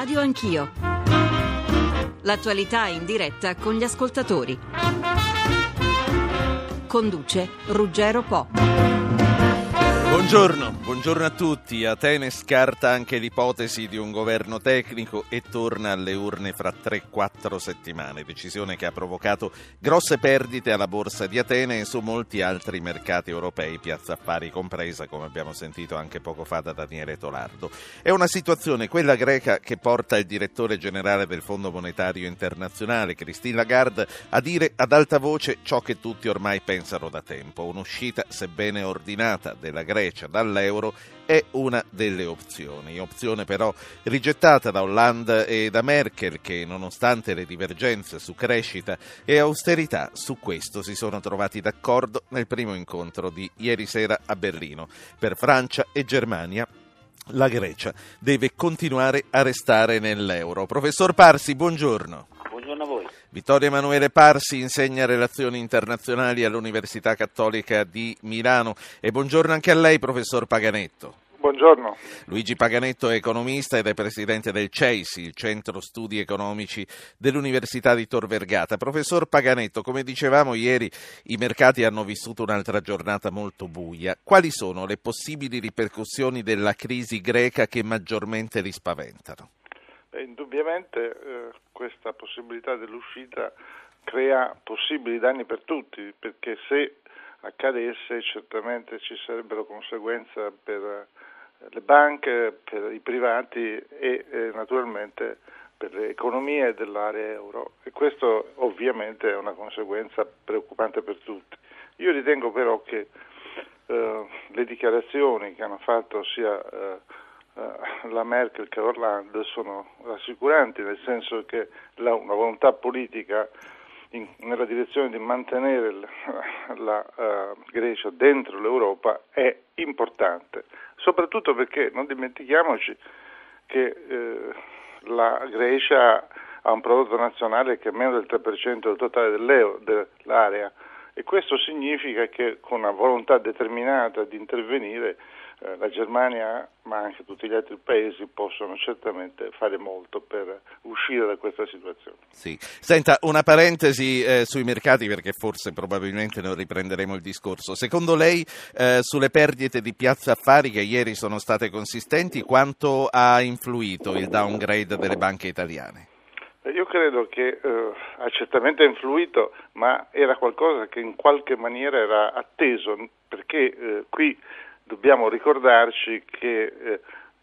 Radio Anch'io. L'attualità in diretta con gli ascoltatori. Conduce Ruggero Po. Buongiorno a tutti. Atene scarta anche l'ipotesi di un governo tecnico e torna alle urne fra 3-4 settimane, decisione che ha provocato grosse perdite alla borsa di Atene e su molti altri mercati europei, piazza affari compresa, come abbiamo sentito anche poco fa da Daniele Tolardo. È una situazione, quella greca, che porta il direttore generale del Fondo Monetario Internazionale, Christine Lagarde, a dire ad alta voce ciò che tutti ormai pensano da tempo: un'uscita, sebbene ordinata, della Grecia dall'euro è una delle opzioni. Opzione però rigettata da Hollande e da Merkel, che nonostante le divergenze su crescita e austerità su questo si sono trovati d'accordo nel primo incontro di ieri sera a Berlino. Per Francia e Germania la Grecia deve continuare a restare nell'euro. Professor Parsi, buongiorno. Buongiorno a voi. Vittorio Emanuele Parsi insegna relazioni internazionali all'Università Cattolica di Milano e buongiorno anche a lei, professor Paganetto. Buongiorno. Luigi Paganetto è economista ed è presidente del CEISI, il Centro Studi Economici dell'Università di Tor Vergata. Professor Paganetto, come dicevamo ieri, i mercati hanno vissuto un'altra giornata molto buia. Quali sono le possibili ripercussioni della crisi greca che maggiormente li spaventano? Indubbiamente questa possibilità dell'uscita crea possibili danni per tutti, perché se accadesse certamente ci sarebbero conseguenze per le banche, per i privati e naturalmente per le economie dell'area euro, e questo ovviamente è una conseguenza preoccupante per tutti. Io ritengo però che le dichiarazioni che hanno fatto sia la Merkel che Hollande sono rassicuranti, nel senso che una volontà politica nella direzione di mantenere la Grecia dentro l'Europa è importante, soprattutto perché non dimentichiamoci che la Grecia ha un prodotto nazionale che è meno del 3% del totale dell'area, e questo significa che con una volontà determinata di intervenire la Germania, ma anche tutti gli altri paesi, possono certamente fare molto per uscire da questa situazione. Sì. Senta, una parentesi sui mercati, perché forse probabilmente non riprenderemo il discorso. Secondo lei, sulle perdite di piazza affari che ieri sono state consistenti, quanto ha influito il downgrade delle banche italiane? Io credo che ha certamente influito, ma era qualcosa che in qualche maniera era atteso, perché qui dobbiamo ricordarci che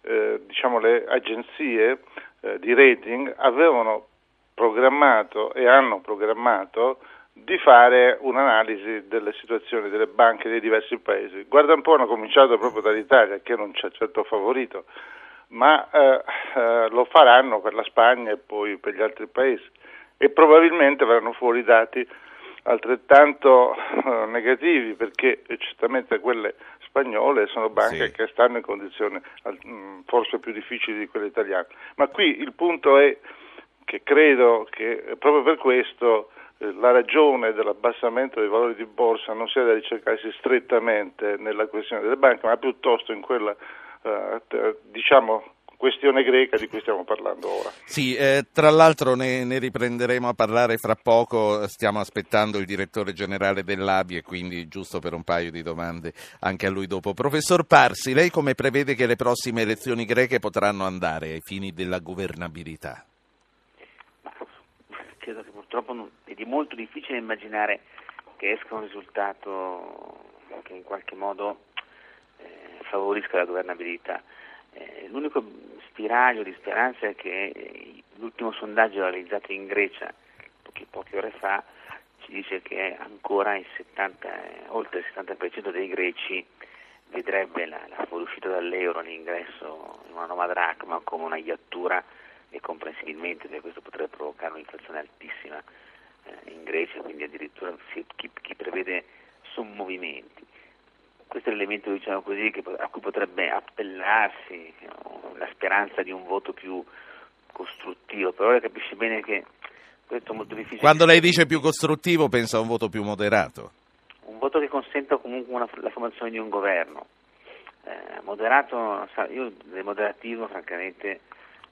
le agenzie di rating avevano programmato e hanno programmato di fare un'analisi delle situazioni delle banche dei diversi paesi. Guarda un po', hanno cominciato proprio dall'Italia, che non ci ha certo favorito, ma lo faranno per la Spagna e poi per gli altri paesi, e probabilmente verranno fuori dati altrettanto negativi, perché certamente quelle spagnole sono banche che stanno in condizioni forse più difficili di quelle italiane. Ma qui il punto è che credo che proprio per questo la ragione dell'abbassamento dei valori di borsa non sia da ricercarsi strettamente nella questione delle banche, ma piuttosto in quella questione greca di cui stiamo parlando ora. Sì, tra l'altro ne riprenderemo a parlare fra poco. Stiamo aspettando il direttore generale dell'ABI e quindi giusto per un paio di domande anche a lui dopo. Professor Parsi, lei come prevede che le prossime elezioni greche potranno andare ai fini della governabilità? Credo che purtroppo è molto difficile immaginare che esca un risultato che in qualche modo favorisca la governabilità. L'unico spiraglio di speranza è che l'ultimo sondaggio realizzato in Grecia poche ore fa ci dice che ancora oltre il 70% dei greci vedrebbe la fuoriuscita dall'euro, l'ingresso in una nuova dracma come una iattura, e comprensibilmente questo potrebbe provocare un'inflazione altissima in Grecia, quindi addirittura chi prevede sommovimenti. Questo è l'elemento, diciamo così, a cui potrebbe appellarsi la speranza di un voto più costruttivo, però lei capisce bene che questo è molto difficile. Quando lei dice più costruttivo pensa a un voto più moderato? Un voto che consenta comunque la formazione di un governo. Moderato, io del moderativo francamente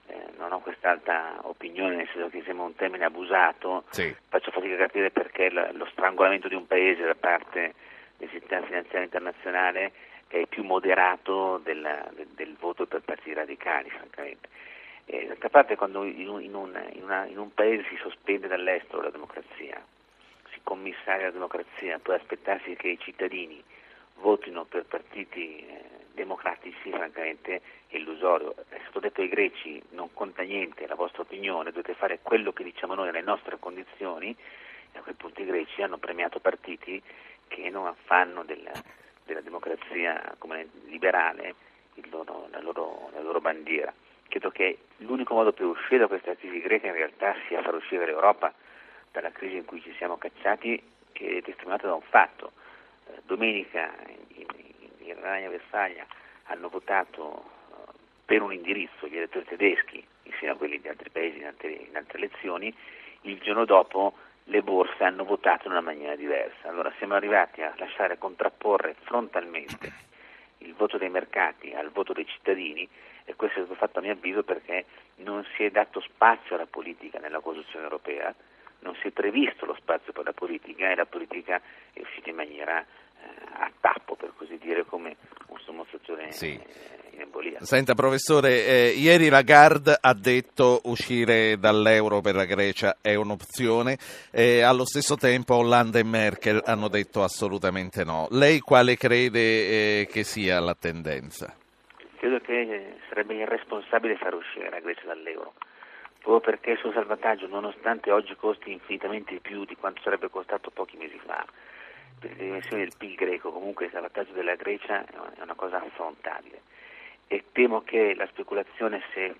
non ho quest'alta opinione, nel senso che sembra un termine abusato. Sì. Faccio fatica a capire perché lo strangolamento di un paese da parte del sistema finanziario internazionale è più moderato del voto per partiti radicali, francamente. D'altra parte, quando in un paese si sospende dall'estero la democrazia, si commissaria la democrazia, può aspettarsi che i cittadini votino per partiti democratici, francamente è illusorio. È stato detto ai greci: non conta niente la vostra opinione, dovete fare quello che diciamo noi, le nostre condizioni, e a quel punto i greci hanno premiato partiti che non fanno della democrazia come liberale la loro bandiera. Credo che l'unico modo per uscire da questa crisi greca in realtà sia far uscire l'Europa dalla crisi in cui ci siamo cacciati, che è testimoniata da un fatto. Domenica in Renania Westfalia hanno votato per un indirizzo gli elettori tedeschi insieme a quelli di altri paesi in altre elezioni. Il giorno dopo le borse hanno votato in una maniera diversa. Allora siamo arrivati a lasciare contrapporre frontalmente il voto dei mercati al voto dei cittadini, e questo è stato fatto a mio avviso perché non si è dato spazio alla politica nella Costituzione europea, non si è previsto lo spazio per la politica, e la politica è uscita in maniera a tappo, per così dire, come un sommozzatore in embolia. Senta professore, ieri Lagarde ha detto uscire dall'euro per la Grecia è un'opzione, allo stesso tempo Hollande e Merkel hanno detto assolutamente no. Lei quale crede che sia la tendenza? Credo che sarebbe irresponsabile far uscire la Grecia dall'euro, proprio perché il suo salvataggio, nonostante oggi costi infinitamente più di quanto sarebbe costato pochi mesi fa, per le dimensioni del PIL greco, comunque il salvataggio della Grecia è una cosa affrontabile, e temo che la speculazione, se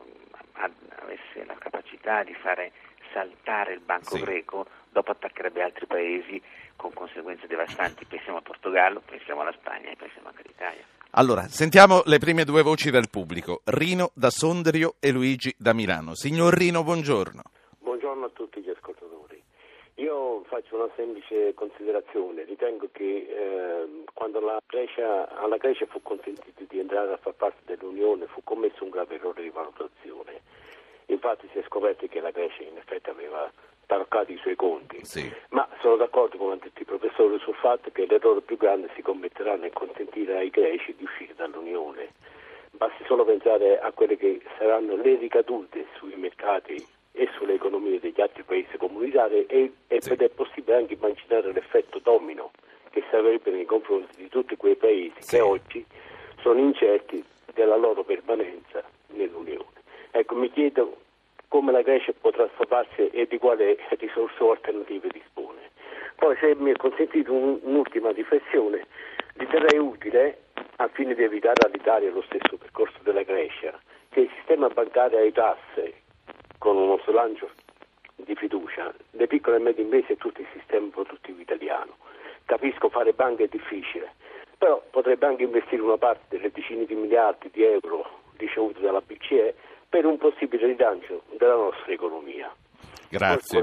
avesse la capacità di fare saltare il banco greco, dopo attaccherebbe altri paesi con conseguenze devastanti. Pensiamo al Portogallo, pensiamo alla Spagna e pensiamo anche all'Italia. Allora, sentiamo le prime due voci del pubblico. Rino da Sondrio e Luigi da Milano. Signor Rino, buongiorno. Buongiorno a tutti gli ascoltatori. Io faccio una semplice considerazione. Ritengo che quando alla Grecia fu consentito di entrare a far parte dell'Unione fu commesso un grave errore di valutazione. Infatti si è scoperto che la Grecia in effetti aveva taroccato i suoi conti, ma sono d'accordo con tutti i professori sul fatto che l'errore più grande si commetterà nel consentire ai greci di uscire dall'Unione. Basti solo pensare a quelle che saranno le ricadute sui mercati e sulle economie degli altri paesi comunitari, ed è possibile anche immaginare l'effetto domino che si avrebbe nei confronti di tutti quei paesi che oggi sono incerti della loro permanenza nell'Unione. Ecco, mi chiedo come la Grecia potrà salvarsi e di quale risorse alternative dispone. Poi, se mi è consentito un'ultima riflessione, riterrei utile, al fine di evitare all'Italia lo stesso percorso della Grecia, che il sistema bancario aiutasse con uno slancio di fiducia le piccole e medie imprese e tutto il sistema produttivo italiano. Capisco, fare banche è difficile, però potrebbe anche investire una parte delle decine di miliardi di euro ricevute dalla BCE per un possibile rilancio della nostra economia. Grazie.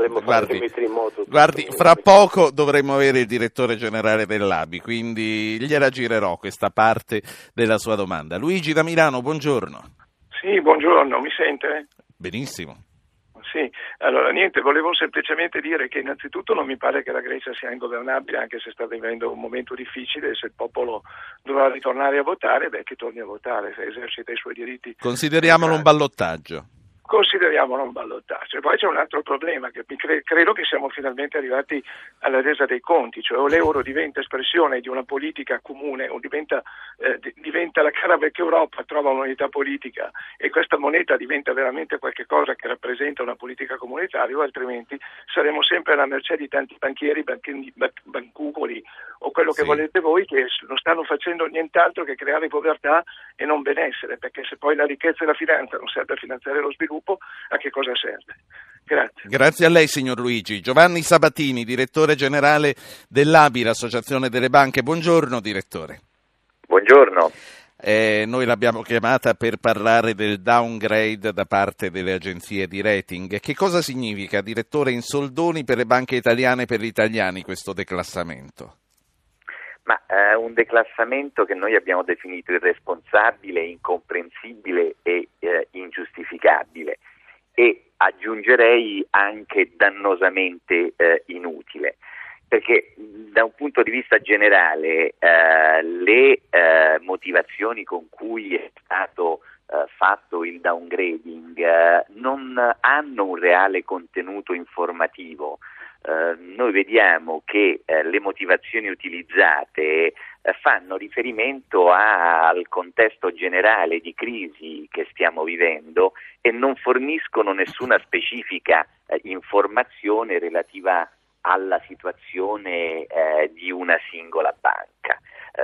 Guardi, fra poco dovremo avere il direttore generale dell'ABI, quindi gliela girerò questa parte della sua domanda. Luigi da Milano, buongiorno. Sì, buongiorno, mi sente? Benissimo. Sì, allora niente, volevo semplicemente dire che innanzitutto non mi pare che la Grecia sia ingovernabile, anche se sta vivendo un momento difficile, e se il popolo dovrà ritornare a votare, che torni a votare, se esercita i suoi diritti. Consideriamolo un ballottaggio. Consideriamolo un ballottaggio. E poi c'è un altro problema, che credo che siamo finalmente arrivati alla resa dei conti, cioè o l'euro diventa espressione di una politica comune, o diventa la cara vecchia Europa, trova un'unità politica e questa moneta diventa veramente qualche cosa che rappresenta una politica comunitaria, o altrimenti saremo sempre alla mercé di tanti banchieri, bancucoli o quello che volete voi, che non stanno facendo nient'altro che creare povertà e non benessere, perché se poi la ricchezza e la finanza non serve a finanziare lo sviluppo, a che cosa serve? Grazie. Grazie a lei, signor Luigi. Giovanni Sabatini, direttore generale dell'ABI, l'Associazione delle Banche. Buongiorno, direttore. Buongiorno. Noi l'abbiamo chiamata per parlare del downgrade da parte delle agenzie di rating. Che cosa significa, direttore, in soldoni per le banche italiane e per gli italiani questo declassamento? Ma un declassamento che noi abbiamo definito irresponsabile, incomprensibile e ingiustificabile, e aggiungerei anche dannosamente inutile, perché da un punto di vista generale le motivazioni con cui è stato fatto il downgrading non hanno un reale contenuto informativo. Noi vediamo che le motivazioni utilizzate fanno riferimento al contesto generale di crisi che stiamo vivendo e non forniscono nessuna specifica informazione relativa alla situazione di una singola banca.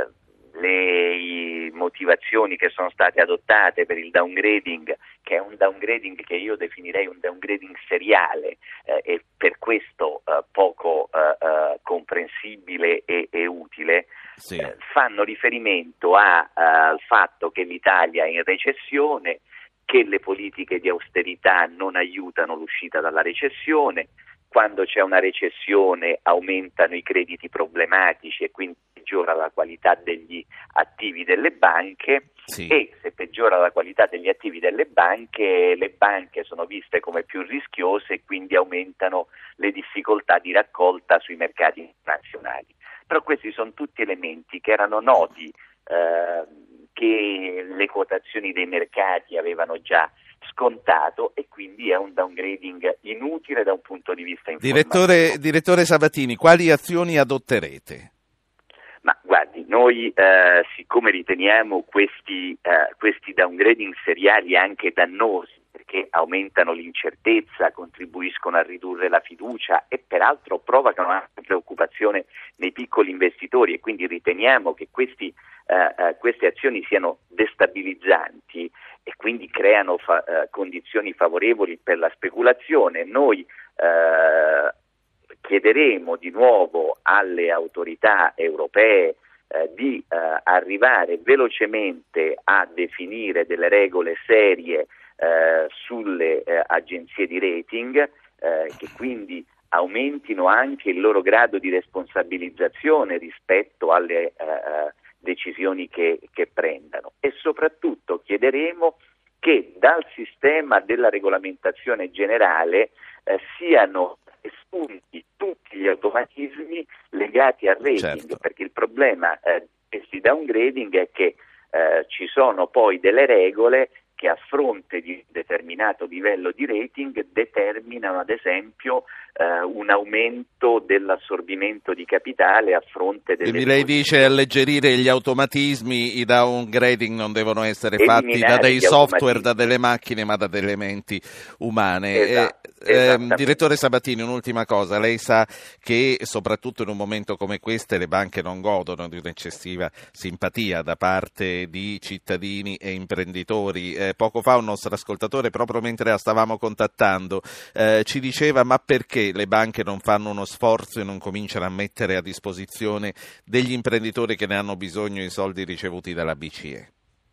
Le motivazioni che sono state adottate per il downgrading, che è un downgrading che io definirei un downgrading seriale e per questo poco comprensibile e utile, sì, fanno riferimento al fatto che l'Italia è in recessione, che le politiche di austerità non aiutano l'uscita dalla recessione. Quando c'è una recessione aumentano i crediti problematici e quindi peggiora la qualità degli attivi delle banche, sì, e se peggiora la qualità degli attivi delle banche, le banche sono viste come più rischiose e quindi aumentano le difficoltà di raccolta sui mercati internazionali. Però questi sono tutti elementi che erano noti, che le quotazioni dei mercati avevano già scontato, e quindi è un downgrading inutile da un punto di vista informativo. Direttore Sabatini, quali azioni adotterete? Ma guardi, noi siccome riteniamo questi downgrading seriali anche dannosi, perché aumentano l'incertezza, contribuiscono a ridurre la fiducia e peraltro provocano anche preoccupazione nei piccoli investitori, e quindi riteniamo che queste azioni siano destabilizzanti e quindi creano condizioni favorevoli per la speculazione. Noi chiederemo di nuovo alle autorità europee di arrivare velocemente a definire delle regole serie sulle agenzie di rating, che quindi aumentino anche il loro grado di responsabilizzazione rispetto alle decisioni che prendano, e soprattutto chiederemo che dal sistema della regolamentazione generale siano espunti tutti gli automatismi legati al rating, certo, perché il problema di questi downgrading è che ci sono poi delle regole che a fronte di un determinato livello di rating determinano ad esempio un aumento dell'assorbimento di capitale a fronte delle... Quindi lei dice alleggerire gli automatismi, i downgrading non devono essere fatti da dei software, da delle macchine, ma da delle menti umane. Direttore Sabatini, un'ultima cosa, lei sa che soprattutto in un momento come questo le banche non godono di un'eccessiva simpatia da parte di cittadini e imprenditori. Poco fa un nostro ascoltatore, proprio mentre la stavamo contattando, ci diceva: ma perché le banche non fanno uno sforzo e non cominciano a mettere a disposizione degli imprenditori che ne hanno bisogno i soldi ricevuti dalla BCE?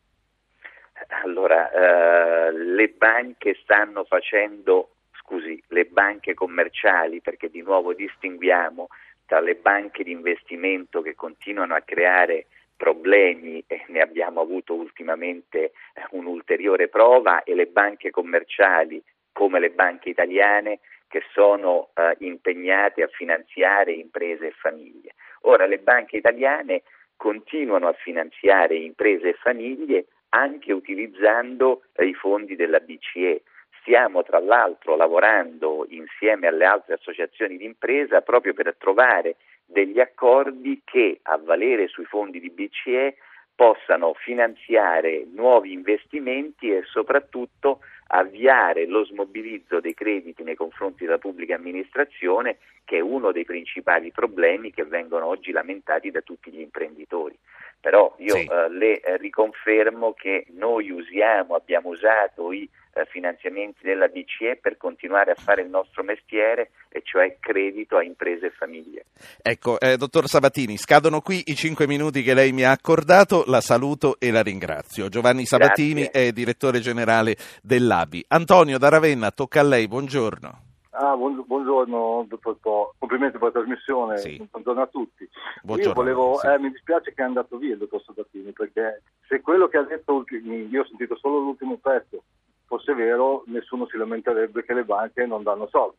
Allora, le banche stanno facendo, le banche commerciali, perché di nuovo distinguiamo tra le banche di investimento che continuano a creare problemi, e ne abbiamo avuto ultimamente un'ulteriore prova, e le banche commerciali come le banche italiane che sono impegnate a finanziare imprese e famiglie. Ora, le banche italiane continuano a finanziare imprese e famiglie anche utilizzando i fondi della BCE. Stiamo tra l'altro lavorando insieme alle altre associazioni di impresa proprio per trovare degli accordi che, a valere sui fondi di BCE, possano finanziare nuovi investimenti e soprattutto avviare lo smobilizzo dei crediti nei confronti della pubblica amministrazione, che è uno dei principali problemi che vengono oggi lamentati da tutti gli imprenditori. Però io le riconfermo che noi abbiamo usato i finanziamenti della BCE per continuare a fare il nostro mestiere, e cioè credito a imprese e famiglie. Ecco, dottor Sabatini, scadono qui i 5 minuti che lei mi ha accordato, la saluto e la ringrazio. Giovanni Sabatini è direttore generale dell'ABI. Antonio da Ravenna, tocca a lei, buongiorno. Buongiorno dottor Po, complimenti per la trasmissione, Sì. buongiorno a tutti. Buongiorno. Mi dispiace che è andato via il dottor Sabatini, perché se quello che ha detto, io ho sentito solo l'ultimo pezzo, fosse vero, nessuno si lamenterebbe che le banche non danno soldi.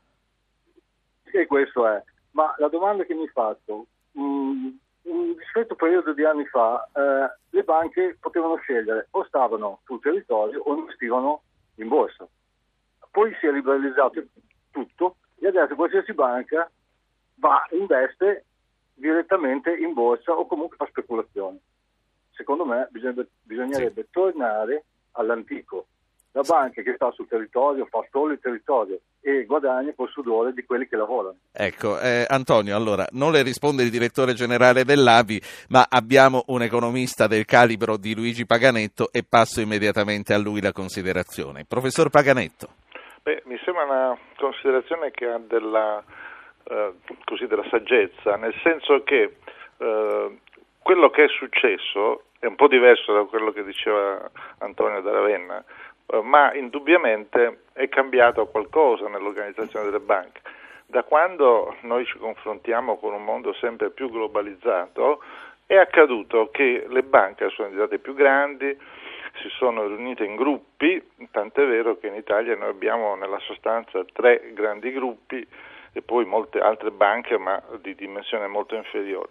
E questo è. Ma la domanda che mi faccio, un discreto periodo di anni fa, le banche potevano scegliere o stavano sul territorio o investivano in borsa. Poi si è liberalizzato tutto e adesso qualsiasi banca investe direttamente in borsa o comunque fa speculazione. Secondo me bisognerebbe tornare all'antico. La banca che sta sul territorio fa solo il territorio e guadagna col sudore di quelli che lavorano. Ecco, Antonio, allora, non le risponde il direttore generale dell'ABI, ma abbiamo un economista del calibro di Luigi Paganetto e passo immediatamente a lui la considerazione. Professor Paganetto. Mi sembra una considerazione che ha della saggezza, nel senso che quello che è successo è un po' diverso da quello che diceva Antonio da Ravenna, ma indubbiamente è cambiato qualcosa nell'organizzazione delle banche. Da quando noi ci confrontiamo con un mondo sempre più globalizzato, è accaduto che le banche sono diventate più grandi, si sono riunite in gruppi, tant'è vero che in Italia noi abbiamo nella sostanza 3 grandi gruppi e poi molte altre banche, ma di dimensione molto inferiore,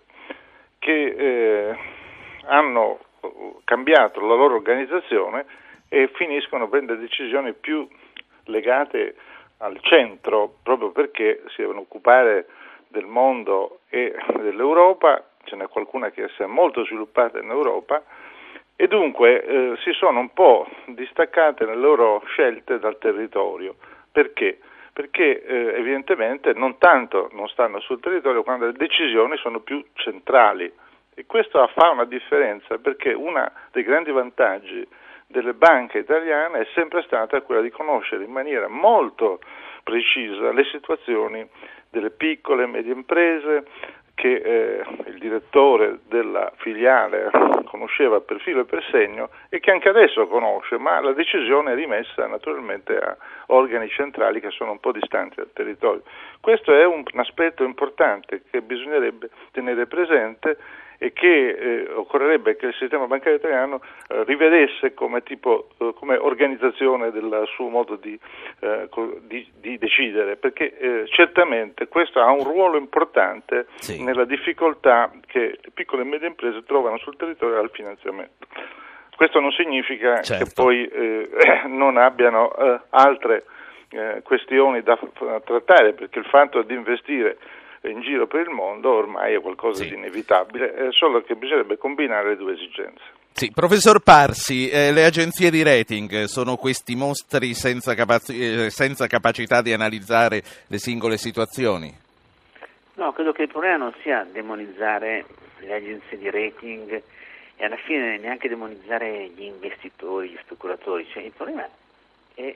che hanno cambiato la loro organizzazione e finiscono a prendere decisioni più legate al centro, proprio perché si devono occupare del mondo e dell'Europa. Ce n'è qualcuna che si è molto sviluppata in Europa e dunque si sono un po' distaccate nelle loro scelte dal territorio. Perché? Perché evidentemente non stanno sul territorio quando le decisioni sono più centrali, e questo fa una differenza, perché uno dei grandi vantaggi delle banche italiane è sempre stata quella di conoscere in maniera molto precisa le situazioni delle piccole e medie imprese che il direttore della filiale conosceva per filo e per segno e che anche adesso conosce, ma la decisione è rimessa naturalmente a organi centrali che sono un po' distanti dal territorio. Questo è un aspetto importante che bisognerebbe tenere presente e che occorrerebbe che il sistema bancario italiano rivedesse come organizzazione del suo modo di decidere, perché certamente questo ha un ruolo importante nella difficoltà che le piccole e medie imprese trovano sul territorio al finanziamento. Questo non significa che poi non abbiano altre questioni da trattare, perché il fatto di investire in giro per il mondo ormai è qualcosa di inevitabile, è solo che bisognerebbe combinare le due esigenze. Sì, professor Parsi, le agenzie di rating sono questi mostri senza capacità di analizzare le singole situazioni? No, credo che il problema non sia demonizzare le agenzie di rating e alla fine neanche demonizzare gli investitori, gli speculatori, cioè il problema è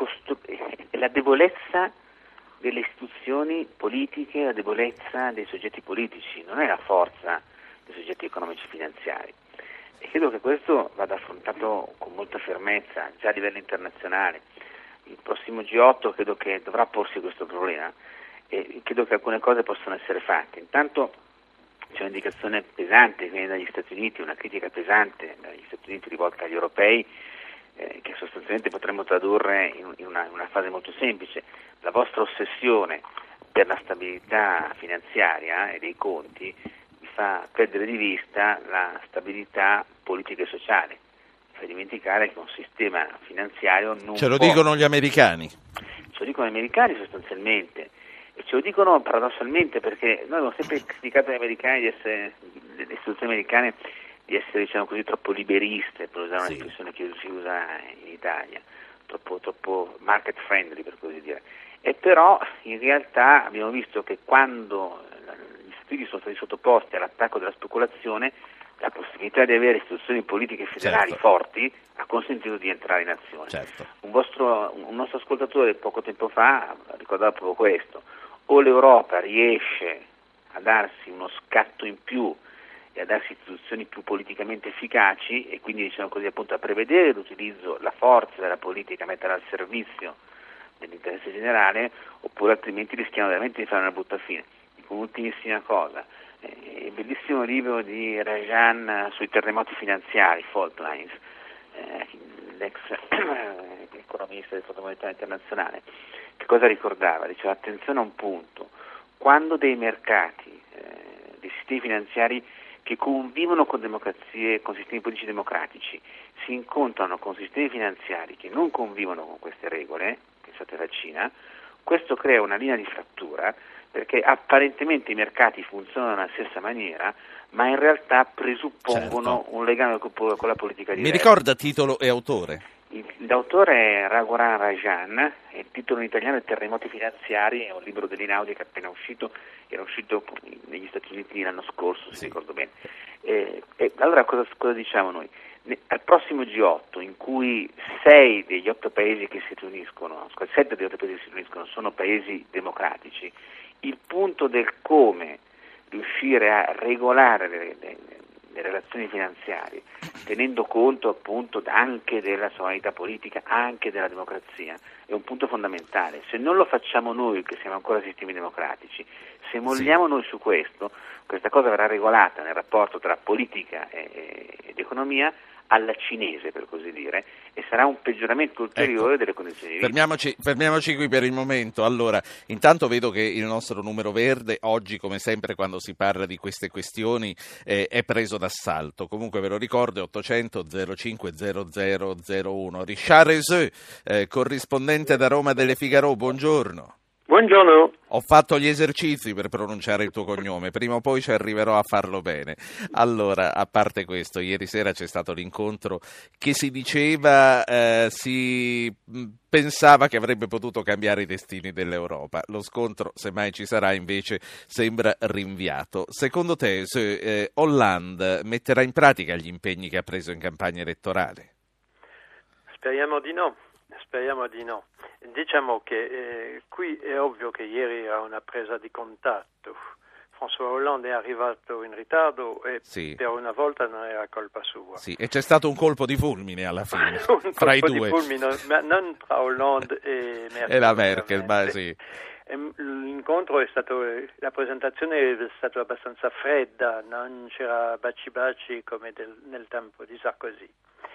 la debolezza delle istituzioni politiche, la debolezza dei soggetti politici, non è la forza dei soggetti economici e finanziari. E credo che questo vada affrontato con molta fermezza, già a livello internazionale. Il prossimo G8 credo che dovrà porsi questo problema e credo che alcune cose possano essere fatte. Intanto c'è un'indicazione pesante che viene dagli Stati Uniti, una critica pesante dagli Stati Uniti rivolta agli europei, che sostanzialmente potremmo tradurre in una fase molto semplice. La vostra ossessione per la stabilità finanziaria e dei conti vi fa perdere di vista la stabilità politica e sociale, vi fa dimenticare che un sistema finanziario non Ce lo dicono gli americani. Ce lo dicono gli americani sostanzialmente, e ce lo dicono paradossalmente perché noi abbiamo sempre criticato gli americani le istituzioni americane di essere, diciamo così, troppo liberiste, per usare un'espressione che si usa in Italia, troppo market friendly, per così dire. E però in realtà abbiamo visto che quando gli Stati Uniti sono stati sottoposti all'attacco della speculazione, la possibilità di avere istituzioni politiche federali forti ha consentito di entrare in azione. Un nostro ascoltatore poco tempo fa ricordava proprio questo: o l'Europa riesce a darsi uno scatto in più e a darsi istituzioni più politicamente efficaci, e quindi, diciamo così, appunto a prevedere l'utilizzo, la forza della politica, mettere al servizio dell'interesse generale, oppure altrimenti rischiamo veramente di fare una brutta fine. Dico un'ultimissima cosa, il bellissimo libro di Rajan sui terremoti finanziari, Fault Lines, l'ex economista del Fondo Monetario Internazionale, che cosa ricordava? Diceva attenzione a un punto, quando dei mercati, dei sistemi finanziari che convivono con democrazie, con sistemi politici democratici, si incontrano con sistemi finanziari che non convivono con queste regole, pensate alla Cina, questo crea una linea di frattura perché apparentemente i mercati funzionano nella stessa maniera, ma in realtà presuppongono un legame con la politica diversa. Mi ricorda titolo e autore? L'autore è Raghuram Rajan, e il titolo in italiano è Terremoti finanziari, è un libro dell'Inaudi che è appena uscito, era uscito negli Stati Uniti l'anno scorso, se ricordo bene. Allora cosa diciamo noi? Al prossimo G8, in cui 6 degli 8 paesi che si riuniscono, 7 degli 8 paesi che si riuniscono sono paesi democratici, il punto del come riuscire a regolare le relazioni finanziarie, tenendo conto appunto anche della sovranità politica, anche della democrazia, è un punto fondamentale. Se non lo facciamo noi, che siamo ancora sistemi democratici, se molliamo noi su questo, questa cosa verrà regolata nel rapporto tra politica ed economia alla cinese, per così dire, e sarà un peggioramento ulteriore delle condizioni di vita. Fermiamoci qui per il momento. Allora, intanto vedo che il nostro numero verde oggi, come sempre quando si parla di queste questioni, è preso d'assalto. Comunque ve lo ricordo, 800 05 0001. Richard Reseux, corrispondente da Roma delle Figaro, buongiorno. Buongiorno. Ho fatto gli esercizi per pronunciare il tuo cognome, prima o poi ci arriverò a farlo bene. Allora, a parte questo, ieri sera c'è stato l'incontro che si diceva, si pensava che avrebbe potuto cambiare i destini dell'Europa. Lo scontro, se mai ci sarà, invece sembra rinviato. Secondo te, Hollande metterà in pratica gli impegni che ha preso in campagna elettorale? Speriamo di no. Diciamo che qui è ovvio che ieri era una presa di contatto. François Hollande è arrivato in ritardo e per una volta non era colpa sua. Sì, e c'è stato un colpo di fulmine alla fine fra i due. Un colpo di fulmine, ma non tra Hollande e Merkel. E la Merkel, ma sì. L'incontro è stato, la presentazione è stata abbastanza fredda, non c'era baci come nel tempo di Sarkozy.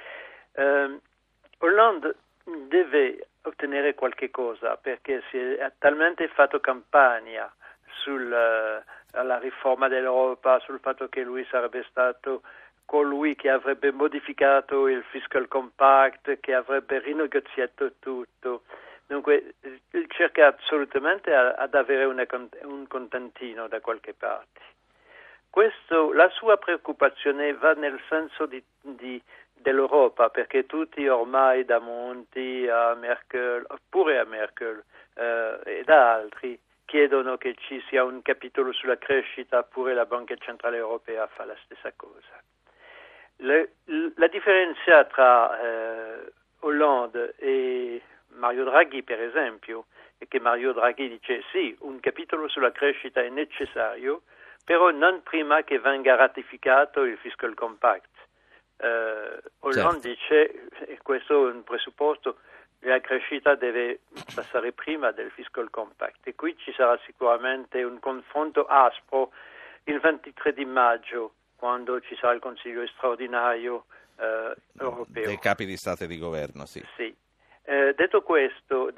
Hollande deve ottenere qualche cosa perché si è talmente fatto campagna sulla riforma dell'Europa, sul fatto che lui sarebbe stato colui che avrebbe modificato il fiscal compact, che avrebbe rinegoziato tutto. Dunque cerca assolutamente ad avere un contentino da qualche parte. La sua preoccupazione va nel senso dell'Europa, perché tutti ormai, da Monti a Merkel, oppure a Merkel e da altri, chiedono che ci sia un capitolo sulla crescita, pure la Banca Centrale Europea fa la stessa cosa. La differenza tra Hollande e Mario Draghi, per esempio, è che Mario Draghi dice sì, un capitolo sulla crescita è necessario, però non prima che venga ratificato il fiscal compact. Hollande dice, e questo è un presupposto, la crescita deve passare prima del fiscal compact, e qui ci sarà sicuramente un confronto aspro il 23 di maggio, quando ci sarà il Consiglio straordinario europeo. Dei capi di Stato e di Governo, sì. Detto questo,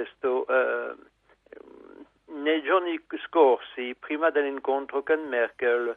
nei giorni scorsi, prima dell'incontro con Merkel,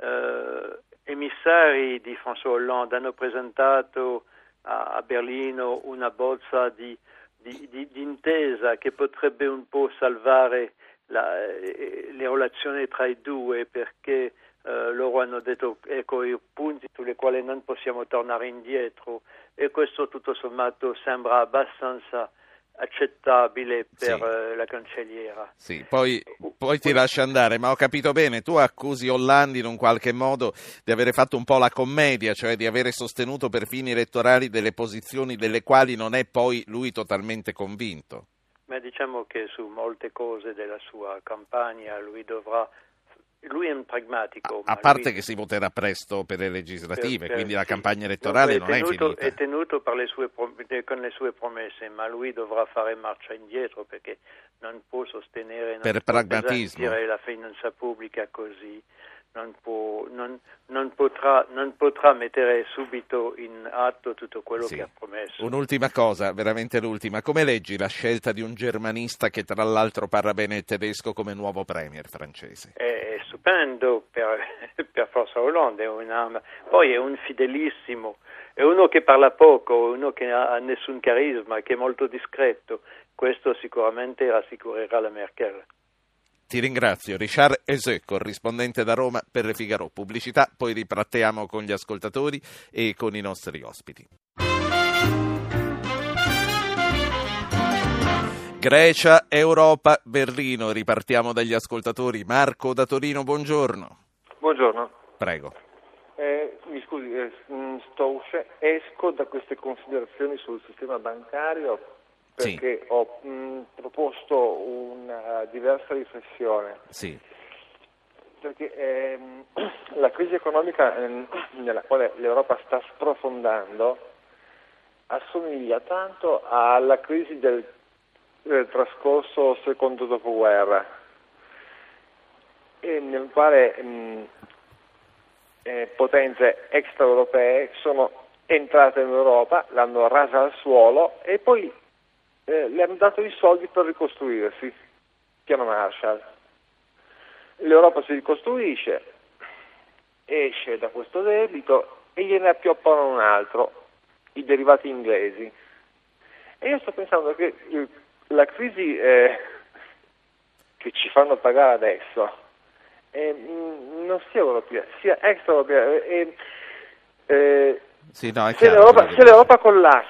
emissari di François Hollande hanno presentato a Berlino una bozza di intesa che potrebbe un po' salvare le relazioni tra i due, perché loro hanno detto ecco i punti sui quali non possiamo tornare indietro, e questo tutto sommato sembra abbastanza accettabile per la cancelliera. Sì, poi ti lascio andare, ma ho capito bene, tu accusi Hollande in un qualche modo di avere fatto un po' la commedia, cioè di avere sostenuto per fini elettorali delle posizioni delle quali non è poi lui totalmente convinto. Ma diciamo che su molte cose della sua campagna lui dovrà lui è un pragmatico. A parte che si voterà presto per le legislative, quindi la campagna elettorale non è finita. È tenuto con le sue promesse, ma lui dovrà fare marcia indietro perché non può sostenere, per pragmatismo, la finanza pubblica così. Non potrà mettere subito in atto tutto quello che ha promesso. Un'ultima cosa, veramente l'ultima. Come leggi la scelta di un germanista che tra l'altro parla bene il tedesco come nuovo premier francese? È stupendo per François Hollande, poi è un fidelissimo, è uno che parla poco, uno che ha nessun carisma, che è molto discreto. Questo sicuramente rassicurerà la Merkel. Ti ringrazio, Richard Eseu, corrispondente da Roma per Le Figaro. Pubblicità, poi riprattiamo con gli ascoltatori e con i nostri ospiti. Grecia, Europa, Berlino. Ripartiamo dagli ascoltatori. Marco da Torino, buongiorno. Buongiorno. Prego. Mi scusi, esco da queste considerazioni sul sistema bancario perché ho proposto una diversa riflessione. Sì. Perché la crisi economica nella quale l'Europa sta sprofondando assomiglia tanto alla crisi del trascorso secondo dopoguerra, e nel quale potenze extraeuropee sono entrate in Europa, l'hanno rasa al suolo e poi le hanno dato i soldi per ricostruirsi, piano Marshall. L'Europa si ricostruisce, esce da questo debito e gliene appioppano un altro, i derivati inglesi. E io sto pensando che la crisi che ci fanno pagare adesso non sia europea, sia extraeuropea. Sì, no, se l'Europa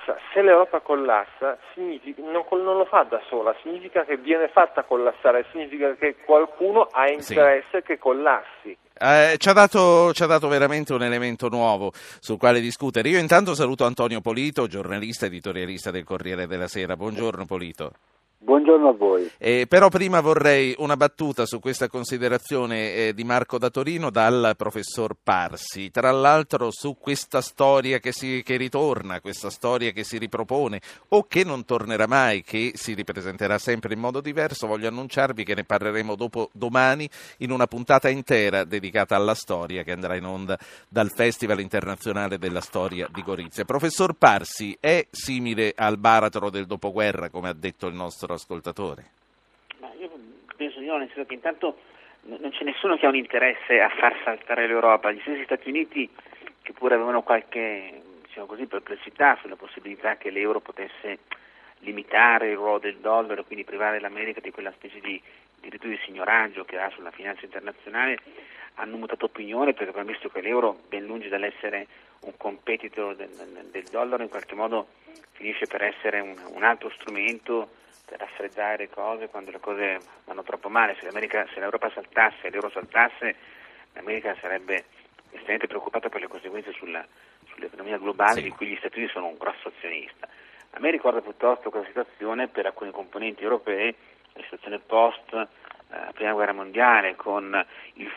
collassa significa, non lo fa da sola, significa che viene fatta collassare, significa che qualcuno ha interesse che collassi. Ci ha dato veramente un elemento nuovo sul quale discutere. Io intanto saluto Antonio Polito, giornalista editorialista del Corriere della Sera. Buongiorno Polito. Buongiorno a voi. Però prima vorrei una battuta su questa considerazione di Marco da Torino dal professor Parsi, tra l'altro su questa storia che ritorna, questa storia che si ripropone o che non tornerà mai, che si ripresenterà sempre in modo diverso. Voglio annunciarvi che ne parleremo domani in una puntata intera dedicata alla storia che andrà in onda dal Festival Internazionale della Storia di Gorizia. Professor Parsi, è simile al baratro del dopoguerra, come ha detto il nostro ascoltatore? Ma io penso di no, nel senso che intanto non c'è nessuno che ha un interesse a far saltare l'Europa. Gli stessi Stati Uniti, che pure avevano qualche, diciamo così, perplessità sulla possibilità che l'euro potesse limitare il ruolo del dollaro e quindi privare l'America di quella specie di diritto di signoraggio che ha sulla finanza internazionale, hanno mutato opinione perché abbiamo visto che l'euro, ben lungi dall'essere un competitor del dollaro, in qualche modo finisce per essere un altro strumento per raffreddare le cose quando le cose vanno troppo male. Se l'Europa saltasse e l'euro saltasse, l'America sarebbe estremamente preoccupata per le conseguenze sull'economia globale, di cui gli Stati Uniti sono un grosso azionista. A me ricorda piuttosto quella situazione per alcuni componenti europei, la situazione post Prima Guerra Mondiale, con la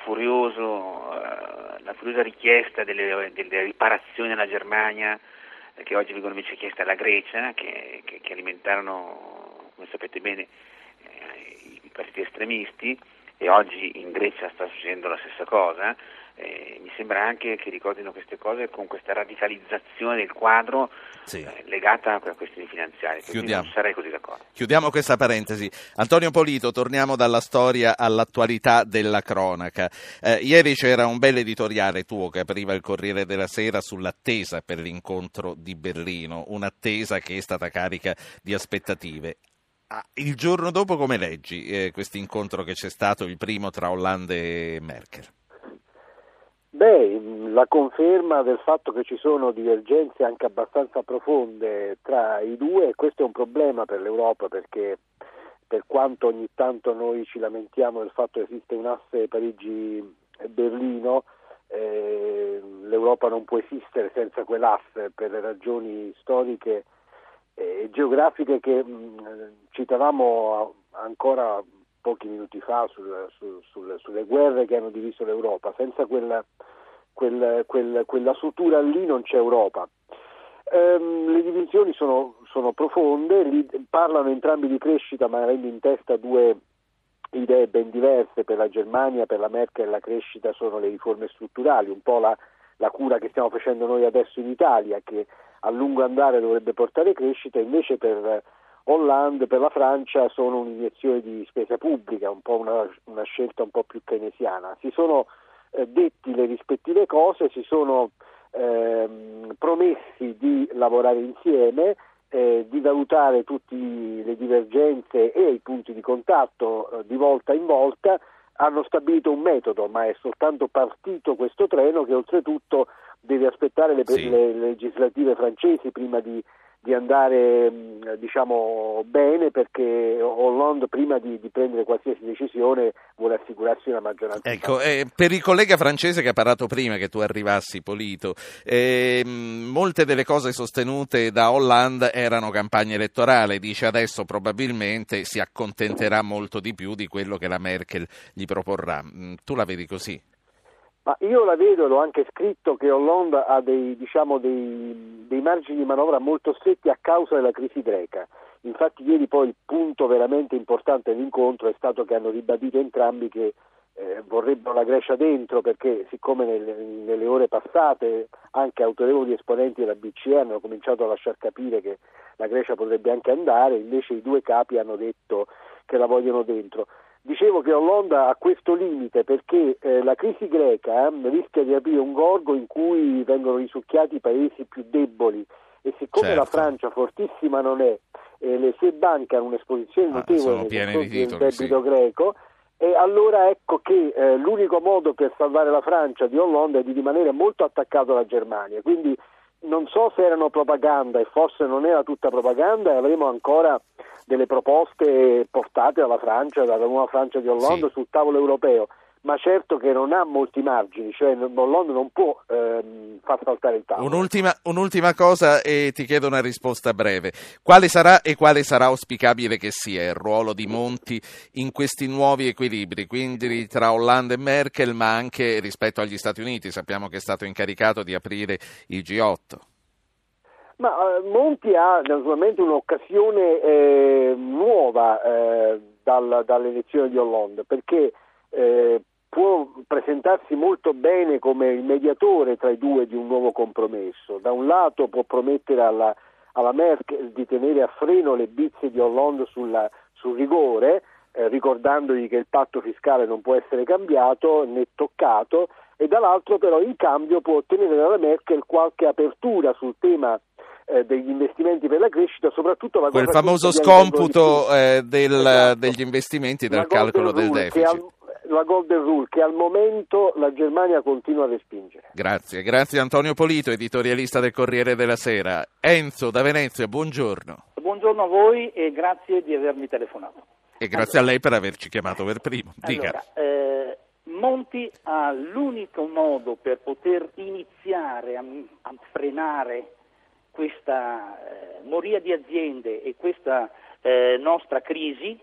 furiosa richiesta delle riparazioni alla Germania, che oggi vengono invece chieste alla Grecia, che alimentarono, come sapete bene, i partiti estremisti, e oggi in Grecia sta succedendo la stessa cosa. Mi sembra anche che ricordino queste cose con questa radicalizzazione del quadro legata a questioni finanziarie. Quindi non sarei così d'accordo. Chiudiamo questa parentesi. Antonio Polito, torniamo dalla storia all'attualità della cronaca. Ieri c'era un bel editoriale tuo che apriva il Corriere della Sera sull'attesa per l'incontro di Berlino, un'attesa che è stata carica di aspettative. Il giorno dopo come leggi questo incontro che c'è stato, il primo tra Hollande e Merkel? La conferma del fatto che ci sono divergenze anche abbastanza profonde tra i due, e questo è un problema per l'Europa, perché per quanto ogni tanto noi ci lamentiamo del fatto che esiste un asse Parigi-Berlino, l'Europa non può esistere senza quell'asse per le ragioni storiche e geografiche che citavamo ancora pochi minuti fa sulle guerre che hanno diviso l'Europa. Senza quella sutura lì non c'è Europa. Le divisioni sono profonde, parlano entrambi di crescita, ma avendo in testa due idee ben diverse. Per la Germania, per la Merkel, la crescita sono le riforme strutturali, un po' la cura che stiamo facendo noi adesso in Italia, che a lungo andare dovrebbe portare crescita. Invece per Hollande, per la Francia, sono un'iniezione di spesa pubblica, un po' una scelta un po' più keynesiana. Si sono detti le rispettive cose, si sono promessi di lavorare insieme, di valutare tutte le divergenze e i punti di contatto di volta in volta. Hanno stabilito un metodo, ma è soltanto partito questo treno, che oltretutto deve aspettare le legislative francesi prima di andare bene, perché Hollande prima di prendere qualsiasi decisione vuole assicurarsi una maggioranza. Ecco, per il collega francese che ha parlato prima che tu arrivassi, Polito, molte delle cose sostenute da Hollande erano campagna elettorale. Dice adesso probabilmente si accontenterà molto di più di quello che la Merkel gli proporrà. Tu la vedi così? Ma io la vedo, l'ho anche scritto, che Hollande ha dei margini di manovra molto stretti a causa della crisi greca. Infatti ieri poi il punto veramente importante dell'incontro è stato che hanno ribadito entrambi che vorrebbero la Grecia dentro, perché siccome nelle ore passate anche autorevoli esponenti della BCE hanno cominciato a lasciar capire che la Grecia potrebbe anche andare, invece i due capi hanno detto che la vogliono dentro. Dicevo che Hollande ha questo limite perché la crisi greca rischia di aprire un gorgo in cui vengono risucchiati i paesi più deboli, e siccome la Francia fortissima non è, le sue banche hanno un'esposizione notevole del debito greco, e allora ecco che l'unico modo per salvare la Francia di Hollande è di rimanere molto attaccato alla Germania. Quindi non so se erano propaganda, e forse non era tutta propaganda, e avremo ancora delle proposte portate dalla Francia, dalla nuova Francia di Hollande sul tavolo europeo, ma certo che non ha molti margini, cioè Hollande non può far saltare il tavolo. Un'ultima cosa, e ti chiedo una risposta breve. Quale sarà auspicabile che sia il ruolo di Monti in questi nuovi equilibri, quindi tra Hollande e Merkel, ma anche rispetto agli Stati Uniti? Sappiamo che è stato incaricato di aprire il G8. Ma Monti ha naturalmente un'occasione nuova dall'elezione di Hollande, perché può presentarsi molto bene come il mediatore tra i due di un nuovo compromesso. Da un lato può promettere alla Merkel di tenere a freno le bizze di Hollande sul rigore, ricordandogli che il patto fiscale non può essere cambiato né toccato, e dall'altro però in cambio può ottenere dalla Merkel qualche apertura sul tema degli investimenti per la crescita, soprattutto quel famoso scomputo degli investimenti dal calcolo del deficit. La Golden Rule, che al momento la Germania continua a respingere. Grazie Antonio Polito, editorialista del Corriere della Sera. Enzo da Venezia, buongiorno. Buongiorno a voi e grazie di avermi telefonato. E grazie a lei per averci chiamato per primo. Dica. Allora, Monti ha l'unico modo per poter iniziare a frenare questa moria di aziende e questa nostra crisi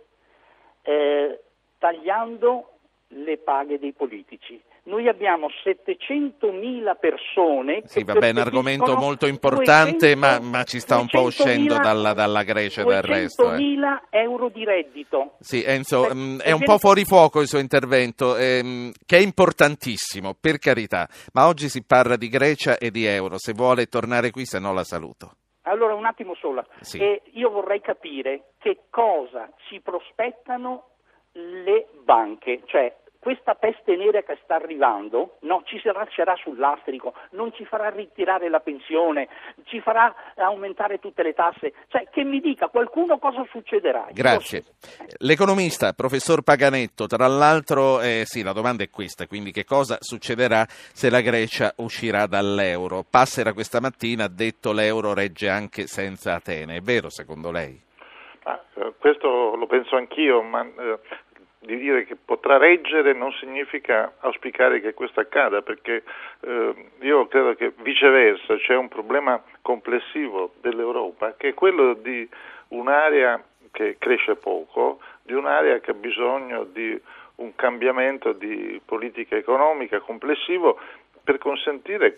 tagliando le paghe dei politici. Noi abbiamo 700.000 persone che è un argomento molto importante, ma ci sta un po' uscendo dalla Grecia e dal resto. 200.000 euro di reddito. Sì, Enzo, è un po' fuori fuoco il suo intervento, che è importantissimo, per carità, ma oggi si parla di Grecia e di euro. Se vuole tornare qui, se no la saluto. Allora, un attimo solo. Sì. Io vorrei capire che cosa ci prospettano le banche, cioè questa peste nera che sta arrivando ci lascerà sul lastrico, non ci farà ritirare la pensione, ci farà aumentare tutte le tasse, cioè che mi dica qualcuno cosa succederà. Grazie. L'economista, professor Paganetto, tra l'altro, la domanda è questa, quindi che cosa succederà se la Grecia uscirà dall'euro? Passera questa mattina ha detto l'euro regge anche senza Atene, è vero secondo lei? Questo lo penso anch'io, ma di dire che potrà reggere non significa auspicare che questo accada, perché io credo che viceversa c'è un problema complessivo dell'Europa, che è quello di un'area che cresce poco, di un'area che ha bisogno di un cambiamento di politica economica complessivo per consentire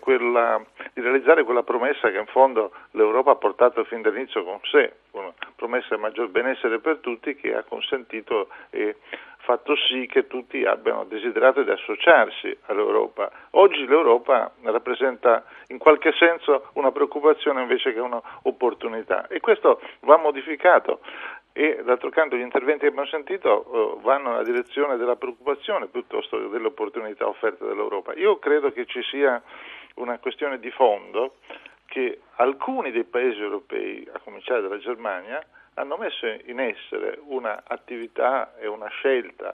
di realizzare quella promessa che in fondo l'Europa ha portato fin dall'inizio con sé, una promessa di maggior benessere per tutti, che ha consentito e fatto sì che tutti abbiano desiderato di associarsi all'Europa. Oggi l'Europa rappresenta in qualche senso una preoccupazione invece che un'opportunità, e questo va modificato. E d'altro canto gli interventi che abbiamo sentito vanno nella direzione della preoccupazione piuttosto che delle opportunità offerte dall'Europa. Io credo che ci sia una questione di fondo, che alcuni dei paesi europei, a cominciare dalla Germania, hanno messo in essere una attività e una scelta,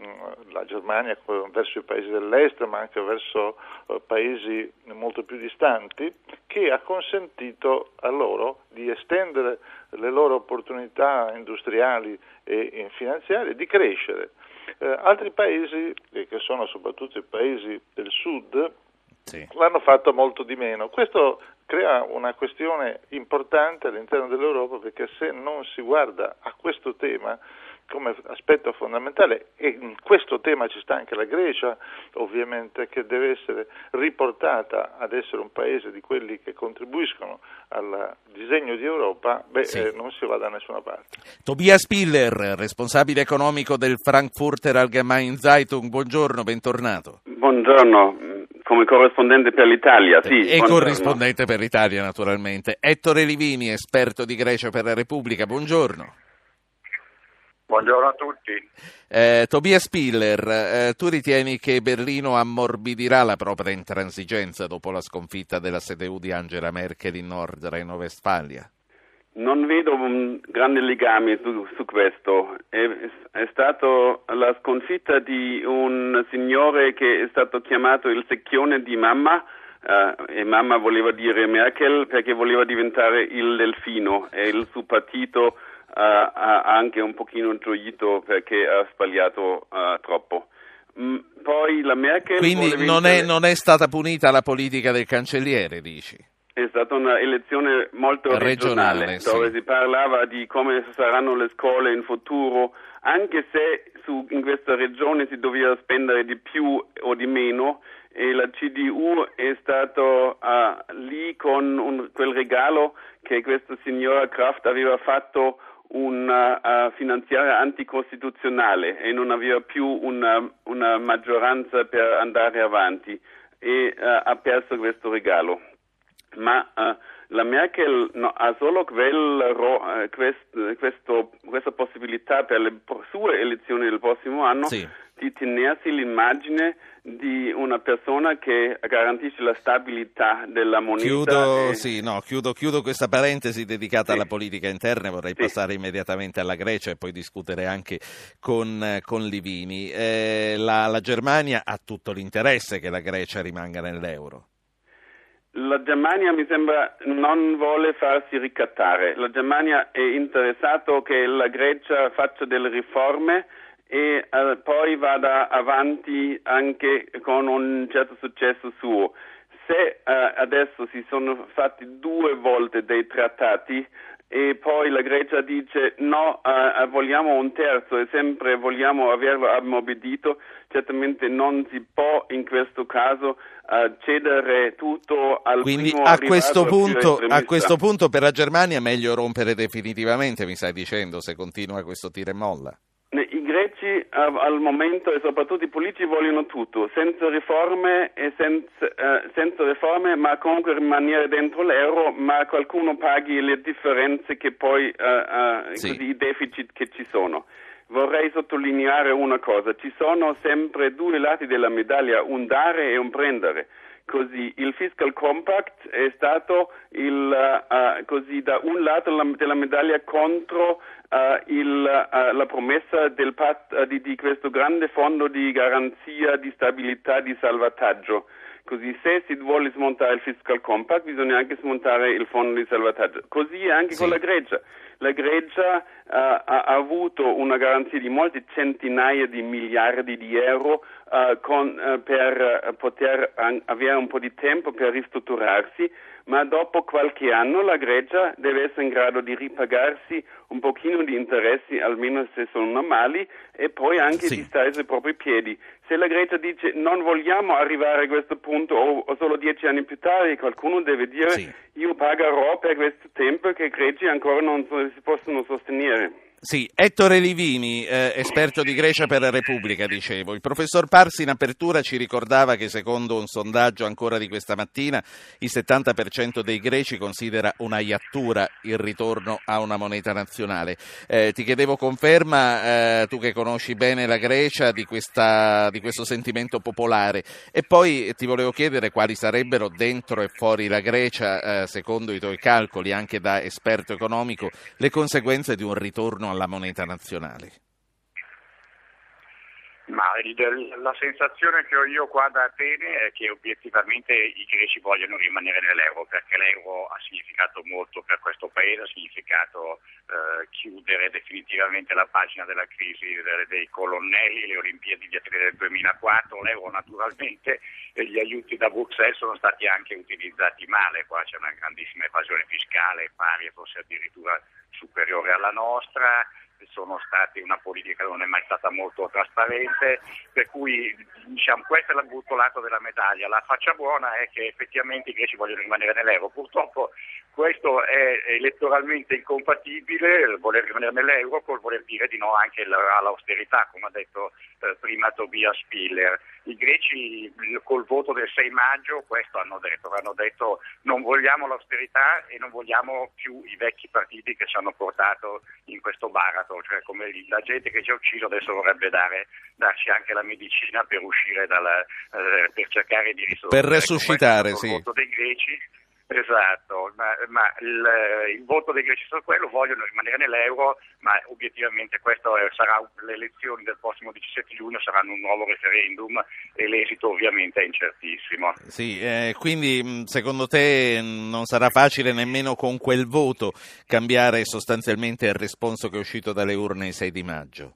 la Germania verso i paesi dell'est ma anche verso paesi molto più distanti, che ha consentito a loro di estendere le loro opportunità industriali e finanziarie, di crescere. Altri paesi, che sono soprattutto i paesi del sud, l'hanno fatto molto di meno. Questo crea una questione importante all'interno dell'Europa, perché se non si guarda a questo tema come aspetto fondamentale, e in questo tema ci sta anche la Grecia, ovviamente, che deve essere riportata ad essere un paese di quelli che contribuiscono al disegno di Europa, non si va da nessuna parte. Tobias Piller, responsabile economico del Frankfurter Allgemeine Zeitung, buongiorno, bentornato. Buongiorno, come corrispondente per l'Italia, sì. E buongiorno. Corrispondente per l'Italia, naturalmente. Ettore Livini, esperto di Grecia per la Repubblica, buongiorno. Buongiorno a tutti. Tobias Piller, tu ritieni che Berlino ammorbidirà la propria intransigenza dopo la sconfitta della CDU di Angela Merkel in Nord Reno-Westfalia? Non vedo un grande legame su questo. È stato la sconfitta di un signore che è stato chiamato il secchione di mamma, e mamma voleva dire Merkel perché voleva diventare il delfino, e il suo partito ha anche un pochino gioito perché ha sbagliato troppo. Poi la Merkel... Quindi non è stata punita la politica del cancelliere, dici? È stata una elezione molto regionale dove si parlava di come saranno le scuole in futuro, anche se in questa regione si doveva spendere di più o di meno, e la CDU è stato lì con quel regalo che questa signora Kraft aveva fatto, una finanziaria anticostituzionale, e non aveva più una maggioranza per andare avanti, e ha perso questo regalo. Ma la Merkel ha solo questa possibilità per le sue elezioni del prossimo anno di tenersi l'immagine di una persona che garantisce la stabilità della moneta. Chiudo questa parentesi dedicata alla politica interna, vorrei passare immediatamente alla Grecia e poi discutere anche con Livini. La Germania ha tutto l'interesse che la Grecia rimanga nell'euro. La Germania, mi sembra, non vuole farsi ricattare. La Germania è interessato che la Grecia faccia delle riforme e poi vada avanti anche con un certo successo suo. Se adesso si sono fatti 2 volte dei trattati e poi la Grecia dice no, vogliamo un terzo e sempre vogliamo averlo ammorbidito, certamente non si può in questo caso cedere tutto al quindi primo a questo punto per la Germania è meglio rompere definitivamente, mi stai dicendo, se continua questo tira e molla. I greci al momento e soprattutto i politici vogliono tutto, senza riforme ma comunque rimanere dentro l'euro, ma qualcuno paghi le differenze che poi così, i deficit che ci sono. Vorrei sottolineare una cosa, ci sono sempre 2 lati della medaglia, un dare e un prendere. Così il Fiscal Compact è stato così da un lato della medaglia contro la promessa di questo grande fondo di garanzia, di stabilità, di salvataggio. Così se si vuole smontare il Fiscal Compact bisogna anche smontare il fondo di salvataggio. Così anche con la Grecia. la Grecia ha avuto una garanzia di molte centinaia di miliardi di euro per poter avere un po' di tempo per ristrutturarsi, ma dopo qualche anno la Grecia deve essere in grado di ripagarsi un pochino di interessi, almeno se sono normali, e poi anche di stare sui propri piedi. Se la Grecia dice non vogliamo arrivare a questo punto o solo 10 anni più tardi, qualcuno deve dire io pagherò per questo tempo che i greci ancora non si possono sostenere. Sì, Ettore Livini, esperto di Grecia per la Repubblica, dicevo. Il professor Parsi in apertura ci ricordava che secondo un sondaggio ancora di questa mattina il 70% dei greci considera una iattura il ritorno a una moneta nazionale. Ti chiedevo conferma, tu che conosci bene la Grecia, di questo sentimento popolare, e poi ti volevo chiedere quali sarebbero dentro e fuori la Grecia, secondo i tuoi calcoli, anche da esperto economico, le conseguenze di un ritorno alla moneta nazionale. Ma la sensazione che ho io qua da Atene è che obiettivamente i greci vogliono rimanere nell'euro, perché l'euro ha significato molto per questo paese, ha significato chiudere definitivamente la pagina della crisi dei colonnelli, le Olimpiadi di Atene del 2004, l'euro naturalmente, e gli aiuti da Bruxelles sono stati anche utilizzati male, qua c'è una grandissima evasione fiscale, pari e forse addirittura superiore alla nostra, sono stati una politica che non è mai stata molto trasparente, per cui diciamo questo è il brutto lato della medaglia. La faccia buona è che effettivamente i greci vogliono rimanere nell'euro, purtroppo questo è elettoralmente incompatibile, voler rimanere nell'euro col voler dire di no anche all'austerità, come ha detto prima Tobias Spiller. I greci col voto del 6 maggio questo hanno detto non vogliamo l'austerità e non vogliamo più i vecchi partiti che ci hanno portato in questo baratro, cioè come la gente che ci ha ucciso adesso vorrebbe darci anche la medicina per uscire per cercare di risolvere. Per resuscitare, il voto dei greci. Esatto, ma il voto dei greci su quello, vogliono rimanere nell'euro, ma obiettivamente questo sarà le elezioni del prossimo 17 giugno, saranno un nuovo referendum e l'esito ovviamente è incertissimo. Sì, quindi secondo te non sarà facile nemmeno con quel voto cambiare sostanzialmente il responso che è uscito dalle urne il 6 di maggio?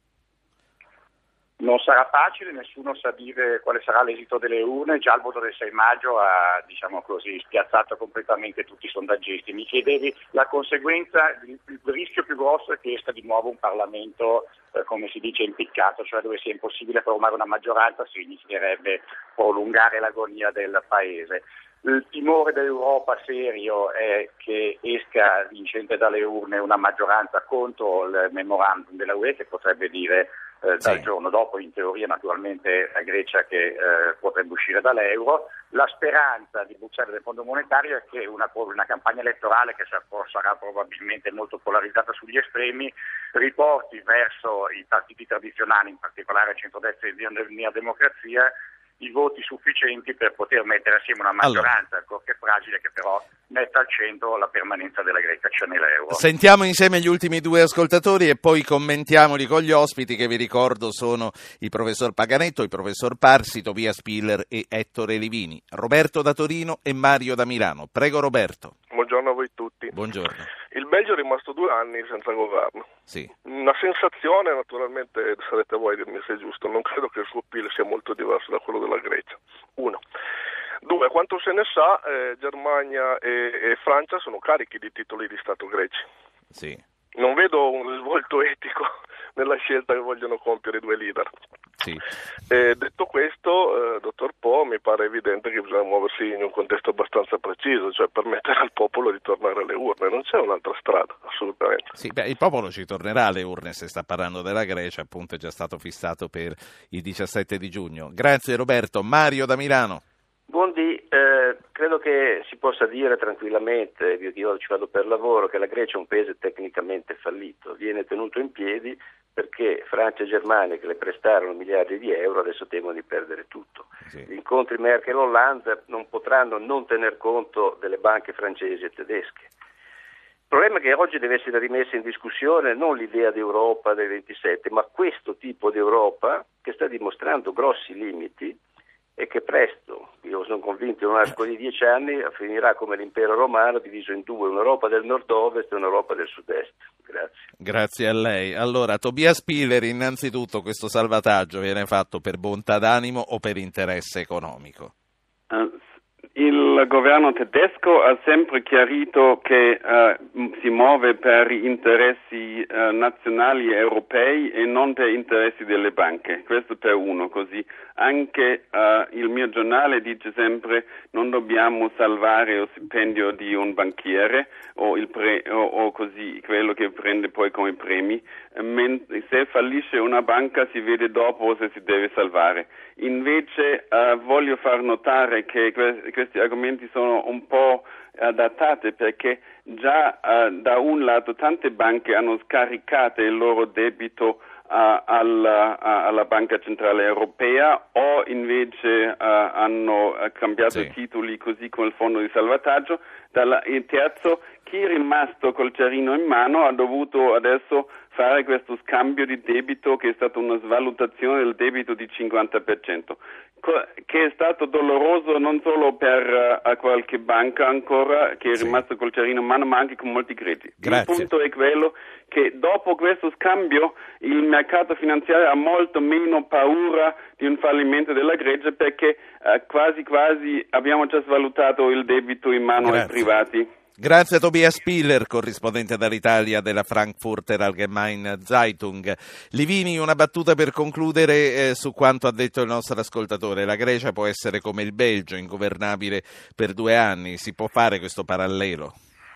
Non sarà facile, nessuno sa dire quale sarà l'esito delle urne, già il voto del 6 maggio ha, diciamo così, spiazzato completamente tutti i sondaggisti. Mi chiedevi la conseguenza, il rischio più grosso è che esca di nuovo un Parlamento, come si dice, impiccato, cioè dove sia impossibile formare una maggioranza, significherebbe prolungare l'agonia del Paese. Il timore dell'Europa serio è che esca vincente dalle urne una maggioranza contro il memorandum della UE, che potrebbe dire dal giorno dopo, in teoria naturalmente, la Grecia che potrebbe uscire dall'euro. La speranza di Bruxelles del Fondo Monetario è che una campagna elettorale che sarà probabilmente molto polarizzata sugli estremi riporti verso i partiti tradizionali, in particolare centrodestra e Nea Democrazia, i voti sufficienti per poter mettere assieme una maggioranza, ancorché fragile, che però metta al centro la permanenza della Grecia nell'euro. Sentiamo insieme gli ultimi due ascoltatori e poi commentiamoli con gli ospiti, che vi ricordo sono il professor Paganetto, il professor Parsi, Tobias Spiller e Ettore Livini. Roberto da Torino e Mario da Milano. Prego Roberto. Buongiorno a voi tutti. Buongiorno. Il Belgio è rimasto 2 anni senza governo. Sì. Una sensazione, naturalmente sarete voi a dirmi se è giusto, non credo che il suo PIL sia molto diverso da quello della Grecia. 1. 2. Quanto se ne sa, Germania e Francia sono carichi di titoli di Stato greci. Sì. Non vedo un svolto etico nella scelta che vogliono compiere i due leader. Sì. Detto questo, dottor Po, mi pare evidente che bisogna muoversi in un contesto abbastanza preciso, cioè permettere al popolo di tornare alle urne. Non c'è un'altra strada, assolutamente. Sì, il popolo ci tornerà alle urne, se sta parlando della Grecia, appunto è già stato fissato per il 17 di giugno. Grazie Roberto. Mario da Milano. Buondì, credo che si possa dire tranquillamente, io ci vado per lavoro, che la Grecia è un paese tecnicamente fallito, viene tenuto in piedi perché Francia e Germania, che le prestarono miliardi di euro, adesso temono di perdere tutto. Sì. Gli incontri Merkel-Hollande non potranno non tener conto delle banche francesi e tedesche. Il problema è che oggi deve essere rimessa in discussione non l'idea di Europa dei 27, ma questo tipo di Europa che sta dimostrando grossi limiti e che presto, io sono convinto, in un arco di 10 anni finirà come l'impero romano diviso in due, un'Europa del nord-ovest e un'Europa del sud-est. Grazie. Grazie a lei. Allora, Tobias Piller, innanzitutto questo salvataggio viene fatto per bontà d'animo o per interesse economico? Il governo tedesco ha sempre chiarito che si muove per interessi nazionali e europei e non per interessi delle banche. Questo per uno, così anche il mio giornale dice sempre non dobbiamo salvare lo stipendio di un banchiere o così quello che prende poi come premi. Se fallisce una banca si vede dopo se si deve salvare. Invece voglio far notare che questi argomenti sono un po' datati perché già da un lato tante banche hanno scaricato il loro debito alla Banca Centrale Europea o invece hanno cambiato titoli così con il fondo di salvataggio. Il terzo, chi è rimasto col cerino in mano ha dovuto adesso fare questo scambio di debito che è stata una svalutazione del debito di 50%, che è stato doloroso non solo per qualche banca ancora che è rimasto col cerino in mano, ma anche con molti crediti. Grazie. Il punto è quello che dopo questo scambio il mercato finanziario ha molto meno paura di un fallimento della Grecia perché quasi abbiamo già svalutato il debito in mano ai privati. Grazie a Tobias Piller, corrispondente dall'Italia della Frankfurter Allgemeine Zeitung. Livini, una battuta per concludere su quanto ha detto il nostro ascoltatore. La Grecia può essere come il Belgio, ingovernabile per 2 anni. Si può fare questo parallelo?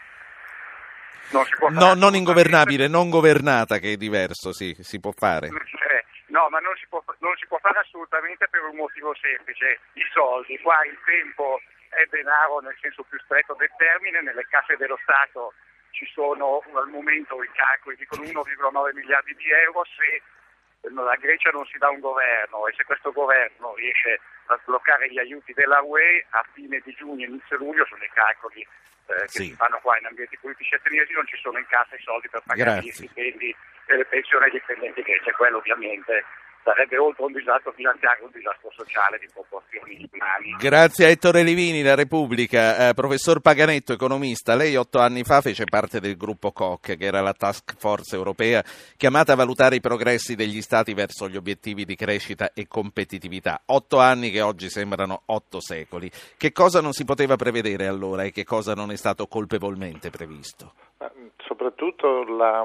Non si può fare. No, non ingovernabile, non governata, che è diverso, sì, si può fare. No, ma non si può fare assolutamente per un motivo semplice: i soldi. Qua il tempo è denaro nel senso più stretto del termine, nelle casse dello Stato ci sono al momento i calcoli dicono 1,9 miliardi di euro. Se la Grecia non si dà un governo e se questo governo riesce a sbloccare gli aiuti della UE a fine di giugno, inizio luglio, sono i calcoli che si fanno qua in ambienti politici ateniesi, non ci sono in cassa i soldi per pagare gli stipendi e le pensioni ai dipendenti greci. Quello ovviamente sarebbe oltre un disastro finanziario un disastro sociale di proporzioni immani. Grazie a Ettore Livini, La Repubblica. Professor Paganetto, economista, lei 8 anni fa fece parte del gruppo Koch, che era la task force europea chiamata a valutare i progressi degli Stati verso gli obiettivi di crescita e competitività. 8 anni che oggi sembrano 8 secoli. Che cosa non si poteva prevedere allora e che cosa non è stato colpevolmente previsto? Soprattutto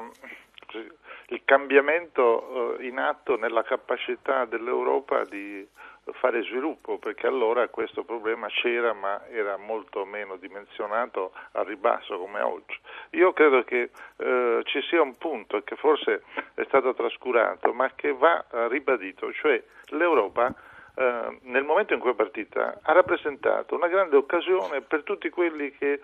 il cambiamento in atto nella capacità dell'Europa di fare sviluppo, perché allora questo problema c'era ma era molto meno dimensionato al ribasso come oggi. Io credo che ci sia un punto che forse è stato trascurato ma che va ribadito, cioè l'Europa nel momento in cui è partita ha rappresentato una grande occasione per tutti quelli che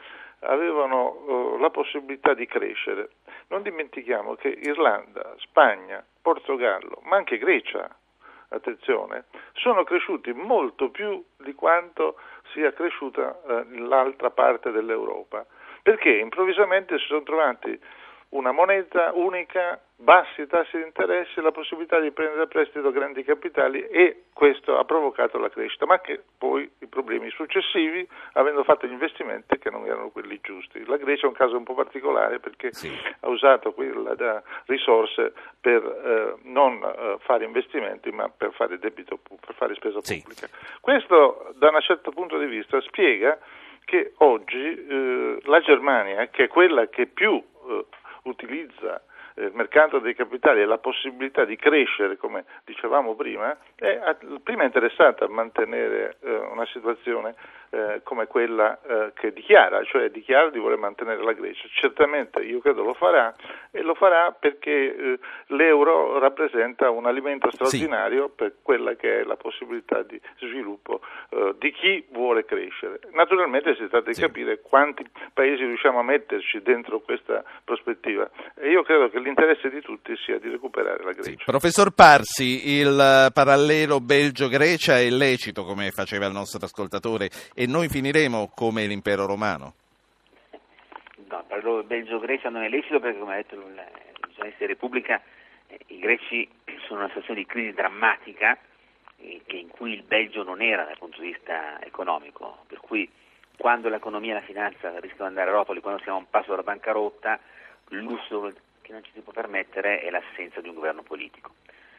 avevano la possibilità di crescere. Non dimentichiamo che Irlanda, Spagna, Portogallo, ma anche Grecia, attenzione, sono cresciuti molto più di quanto sia cresciuta l'altra parte dell'Europa, perché improvvisamente si sono trovati una moneta unica, bassi tassi di interesse, la possibilità di prendere a prestito grandi capitali, e questo ha provocato la crescita, ma anche poi i problemi successivi avendo fatto gli investimenti che non erano quelli giusti. La Grecia è un caso un po' particolare perché ha usato quelle risorse per non fare investimenti ma per fare debito, per fare spesa pubblica. Questo da un certo punto di vista spiega che oggi la Germania, che è quella che più utilizza il mercato dei capitali e la possibilità di crescere, come dicevamo prima, è prima interessata a mantenere una situazione come quella che dichiara di voler mantenere la Grecia. Certamente io credo lo farà, e lo farà perché l'euro rappresenta un alimento straordinario per quella che è la possibilità di sviluppo di chi vuole crescere. Naturalmente si tratta di capire quanti paesi riusciamo a metterci dentro questa prospettiva, e io credo che l'interesse di tutti sia di recuperare la Grecia. Professor Parsi, il parallelo Belgio-Grecia è lecito, come faceva il nostro ascoltatore, e noi finiremo come l'impero romano? No, il parallelo Belgio-Grecia non è lecito perché, come ha detto il giornalista di Repubblica, i greci sono in una situazione di crisi drammatica in cui il Belgio non era dal punto di vista economico, per cui quando l'economia e la finanza rischiano di andare a rotoli, quando siamo a un passo dalla bancarotta, il lusso che non ci si può permettere è l'assenza di un governo politico.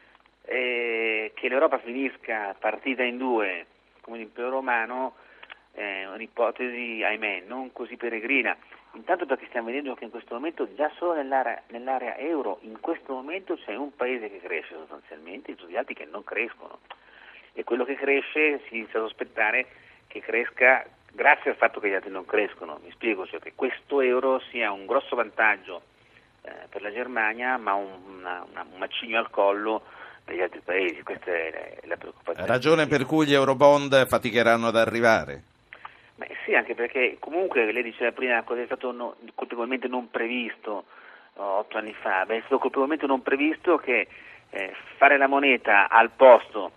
Che l'Europa finisca partita in due come l'impero romano è un'ipotesi, ahimè, non così peregrina, intanto perché stiamo vedendo che in questo momento già solo nell'area euro in questo momento c'è un paese che cresce sostanzialmente, tutti gli altri che non crescono, e quello che cresce si inizia a sospettare che cresca grazie al fatto che gli altri non crescono. Mi spiego, cioè che questo euro sia un grosso vantaggio per la Germania, ma un macigno al collo per gli altri paesi. Questa è la preoccupazione. Ragione per cui gli eurobond faticheranno ad arrivare? Beh, sì, anche perché comunque lei diceva prima cosa è stato colpevolmente non previsto 8 anni fa. Beh, è stato colpevolmente non previsto che fare la moneta al posto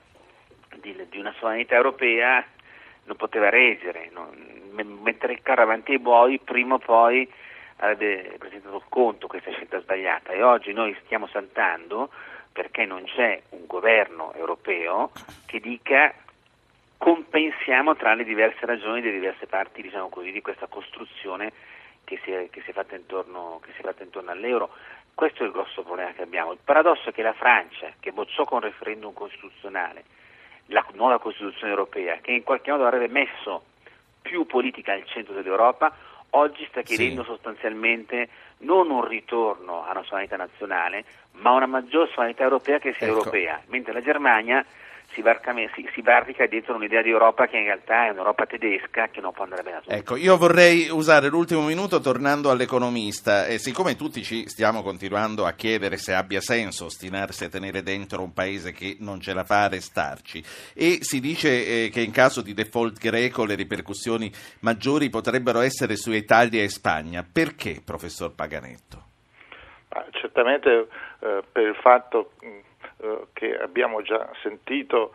di una sovranità europea non poteva reggere, mettere il carro avanti ai buoi prima o poi avrebbe presentato il conto questa scelta sbagliata, e oggi noi stiamo saltando perché non c'è un governo europeo che dica compensiamo tra le diverse ragioni delle diverse parti, diciamo così, di questa costruzione che si è fatta intorno all'euro. Questo è il grosso problema che abbiamo. Il paradosso è che la Francia, che bocciò con referendum costituzionale la nuova Costituzione europea, che in qualche modo avrebbe messo più politica al centro dell'Europa, oggi sta chiedendo sostanzialmente non un ritorno a una sovranità nazionale, ma una maggior sovranità europea che sia europea, mentre la Germania si barrica dietro un'idea di Europa che in realtà è un'Europa tedesca che non può andare bene a tutti. Ecco, io vorrei usare l'ultimo minuto tornando all'economista, e siccome tutti ci stiamo continuando a chiedere se abbia senso ostinarsi a tenere dentro un paese che non ce la fa a restarci, e si dice che in caso di default greco le ripercussioni maggiori potrebbero essere su Italia e Spagna, perché, professor Paganetto? Certamente per il fatto che abbiamo già sentito,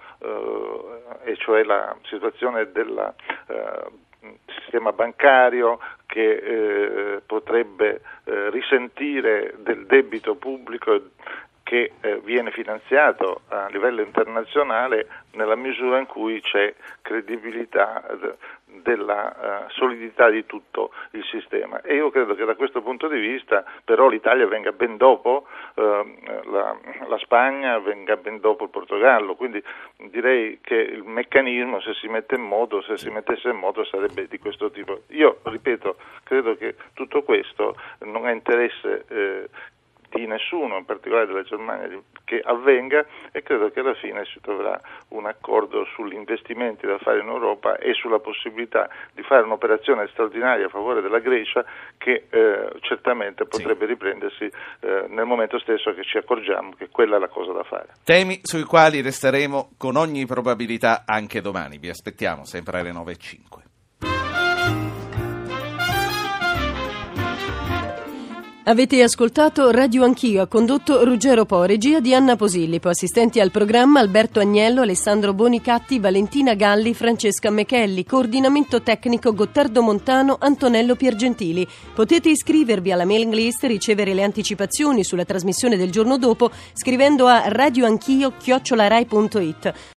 e cioè la situazione del sistema bancario che potrebbe risentire del debito pubblico che viene finanziato a livello internazionale nella misura in cui c'è credibilità della solidità di tutto il sistema, e io credo che da questo punto di vista però l'Italia venga ben dopo la Spagna, venga ben dopo il Portogallo, quindi direi che il meccanismo se si mettesse in modo sarebbe di questo tipo. Io ripeto, credo che tutto questo non è interesse di nessuno, in particolare della Germania, che avvenga, e credo che alla fine si troverà un accordo sugli investimenti da fare in Europa e sulla possibilità di fare un'operazione straordinaria a favore della Grecia che certamente potrebbe riprendersi nel momento stesso che ci accorgiamo che quella è la cosa da fare. Temi sui quali resteremo con ogni probabilità anche domani. Vi aspettiamo sempre alle 9:05. Avete ascoltato Radio Anch'io, ha condotto Ruggero Po, regia di Anna Posillipo, assistenti al programma Alberto Agnello, Alessandro Bonicatti, Valentina Galli, Francesca Mechelli, coordinamento tecnico Gottardo Montano, Antonello Piergentili. Potete iscrivervi alla mailing list e ricevere le anticipazioni sulla trasmissione del giorno dopo scrivendo a radioanchio@rai.it.